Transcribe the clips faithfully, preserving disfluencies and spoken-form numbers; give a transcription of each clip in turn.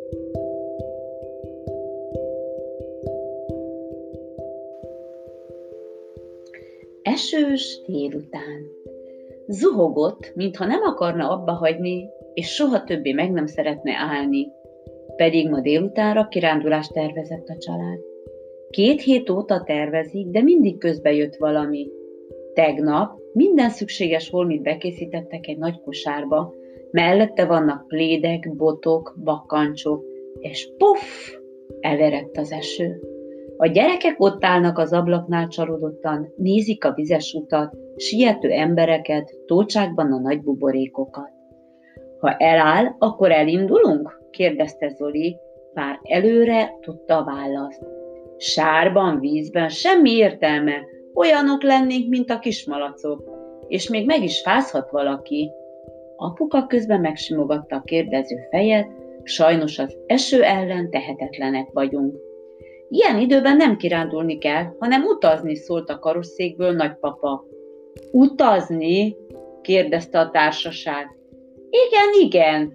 Esős délután. Zuhogott, mintha nem akarna abbahagyni, és soha többé meg nem szeretne állni. Pedig ma délutánra kirándulást tervezett a család. Két hét óta tervezik, de mindig közbe jött valami. Tegnap minden szükséges holmit bekészítettek egy nagy kosárba, mellette vannak plédek, botok, bakkancsok, és puff! Elerett az eső. A gyerekek ott állnak az ablaknál csalódottan, nézik a vizes utat, siető embereket, tócsákban a nagy buborékokat. Ha eláll, akkor elindulunk? Kérdezte Zoli, bár előre tudta a választ. Sárban, vízben semmi értelme, olyanok lennénk, mint a kismalacok, és még meg is fázhat valaki. Apuka közben megsimogatta a kérdező fejet, sajnos az eső ellen tehetetlenek vagyunk. Ilyen időben nem kirándulni kell, hanem utazni, szólt a karosszékből nagypapa. Utazni? Kérdezte a társaság. Igen, igen.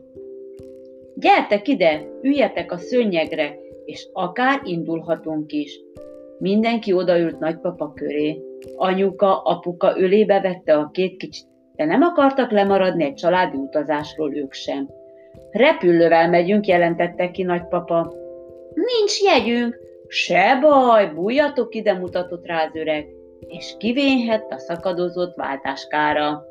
Gyertek ide, üljetek a szőnyegre, és akár indulhatunk is. Mindenki odaült nagypapa köré. Anyuka, apuka ölébe vette a két kicsit, de nem akartak lemaradni egy családi utazásról ők sem. Repülővel megyünk, jelentette ki nagypapa. Nincs jegyünk. Se baj, bújjatok ide, mutatott rá az öreg, és kivénhett a szakadozott váltáskára.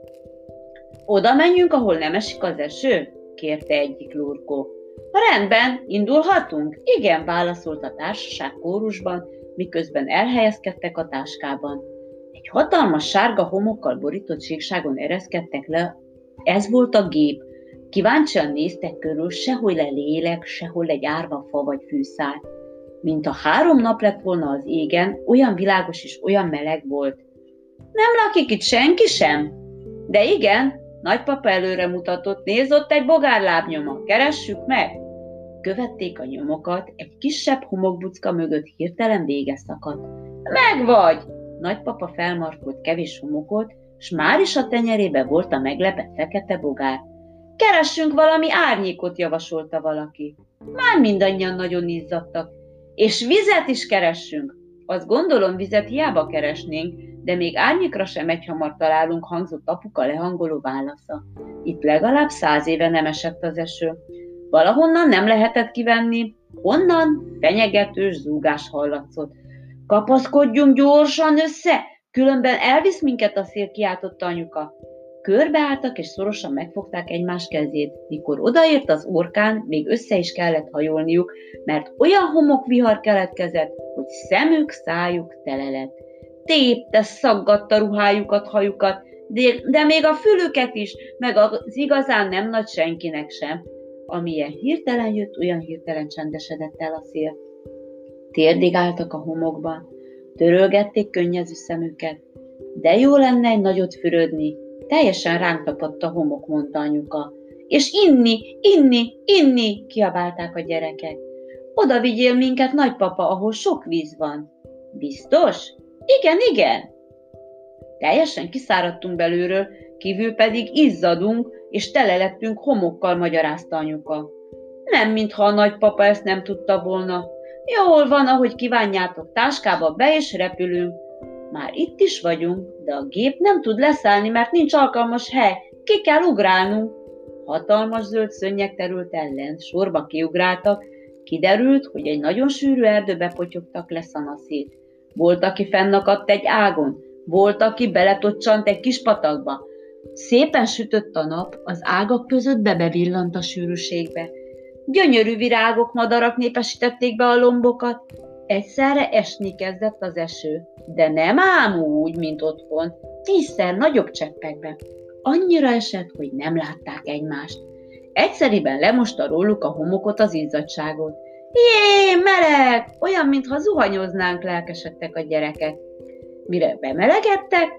Oda menjünk, ahol nem esik az eső? Kérte egyik lurkó. Rendben, indulhatunk? Igen, válaszolt a társaság kórusban, miközben elhelyezkedtek a táskában. Egy hatalmas sárga homokkal borított síkságon ereszkedtek le, ez volt a gép. Kíváncsian néztek körül, sehol egy lélek, sehol egy árva fa vagy fűszál. Mint a három nap lett volna az égen, olyan világos és olyan meleg volt. Nem lakik itt senki sem? De igen, nagypapa előre mutatott, nézd ott egy bogár lábnyoma, keressük meg! Követték a nyomokat, egy kisebb homokbucka mögött hirtelen vége szakadt. Megvagy! Nagypapa felmarkolt kevés homokot, s már is a tenyerébe volt a meglepett fekete bogár. Keressünk valami árnyékot, javasolta valaki. Már mindannyian nagyon izzadtak. És vizet is keressünk. Azt gondolom, vizet hiába keresnénk, de még árnyékra sem egyhamar találunk, hangzott apuka lehangoló válasza. Itt legalább száz éve nem esett az eső. Valahonnan nem lehetett kivenni, onnan fenyegetős zúgás hallatszott. Kapaszkodjunk gyorsan össze, különben elvisz minket a szél, kiáltotta anyuka. Körbeálltak és szorosan megfogták egymás kezét. Mikor odaért az orkán, még össze is kellett hajolniuk, mert olyan homokvihar keletkezett, hogy szemük, szájuk tele lett. Tépte, szaggatta ruhájukat, hajukat, de, de még a fülüket is, meg az igazán nem nagy senkinek sem. Amilyen hirtelen jött, olyan hirtelen csendesedett el a szél. Térdig álltak a homokban, törölgették könnyező szemüket. De jó lenne egy nagyot fürödni. Teljesen ránk tapadt a homok, mondta anyuka. És inni, inni, inni, kiabálták a gyerekek. Oda vigyél minket, nagypapa, ahol sok víz van. Biztos? Igen, igen. Teljesen kiszáradtunk belülről, kívül pedig izzadunk, és tele lettünk homokkal, magyarázta anyuka. Nem, mintha a nagypapa ezt nem tudta volna. Jól van, ahogy kívánjátok, táskába be és repülünk. Már itt is vagyunk, de a gép nem tud leszállni, mert nincs alkalmas hely. Ki kell ugrálnunk. Hatalmas zöld szönnyek terült ellen, sorba kiugráltak. Kiderült, hogy egy nagyon sűrű erdőbe potyogtak le szanaszét. Volt, aki fennakadt egy ágon, volt, aki beletoccsant egy kis patakba. Szépen sütött a nap, az ágak között bebevillant a sűrűségbe. Gyönyörű virágok, madarak népesítették be a lombokat. Egyszerre esni kezdett az eső, de nem ám úgy, mint otthon, tízszer nagyobb cseppekben. Annyira esett, hogy nem látták egymást. Egyszeriben lemosta róluk a homokot, az izzadságot. Jé, meleg! Olyan, mintha zuhanyoznánk, lelkesedtek a gyerekek. Mire bemelegedtek,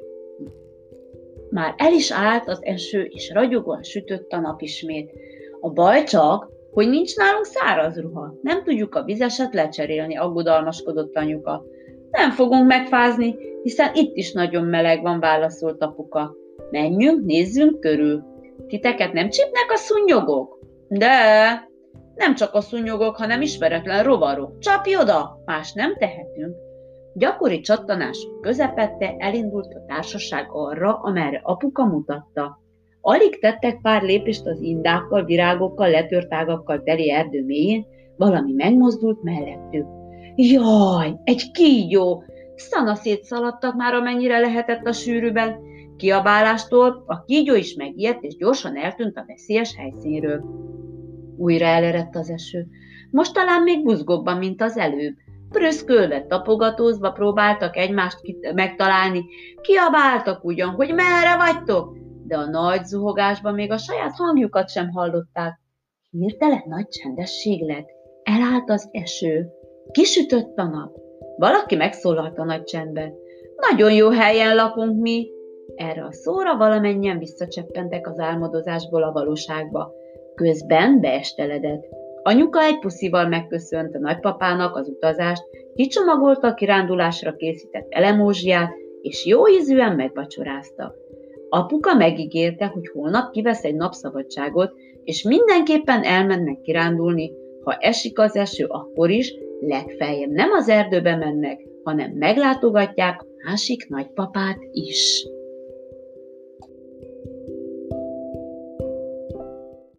már el is állt az eső, és ragyogóan sütött a nap ismét. A baj csak, hogy nincs nálunk száraz ruha. Nem tudjuk a vizeset lecserélni, aggodalmaskodott anyuka. Nem fogunk megfázni, hiszen itt is nagyon meleg van, válaszolt apuka. Menjünk, nézzünk körül. Titeket nem csípnek a szúnyogok? De, Nem csak a szúnyogok, hanem ismeretlen rovarok. Csapj oda! Más nem tehetünk. Gyakori csattanások közepette elindult a társaság arra, amerre apuka mutatta. Alig tettek pár lépést az indákkal, virágokkal, letört ágakkal teli erdő mélyén, valami megmozdult mellettük. Jaj, egy kígyó! Szanaszét szaladtak már, amennyire lehetett a sűrűben. Kiabálástól a kígyó is megijedt, és gyorsan eltűnt a veszélyes helyszínről. Újra elerett az eső. Most talán még buzgóbban, mint az előbb. Pröszkölve, tapogatózva próbáltak egymást megtalálni. Kiabáltak ugyan, hogy merre vagytok, de a nagy zuhogásban még a saját hangjukat sem hallották. Hirtelen nagy csendesség lett. Elállt az eső. Kisütött a nap. Valaki megszólalt a nagy csendben. Nagyon jó helyen lakunk mi. Erre a szóra valamennyien visszacseppentek az álmodozásból a valóságba. Közben beesteledett. Anyuka egy puszival megköszönt a nagypapának az utazást, kicsomagolta a kirándulásra készített elemózsiát, és jó ízűen megvacsorázta. Apuka megígérte, hogy holnap kivesz egy napszabadságot, és mindenképpen elmennek kirándulni, ha esik az eső, akkor is, legfeljebb nem az erdőbe mennek, hanem meglátogatják a másik nagypapát is.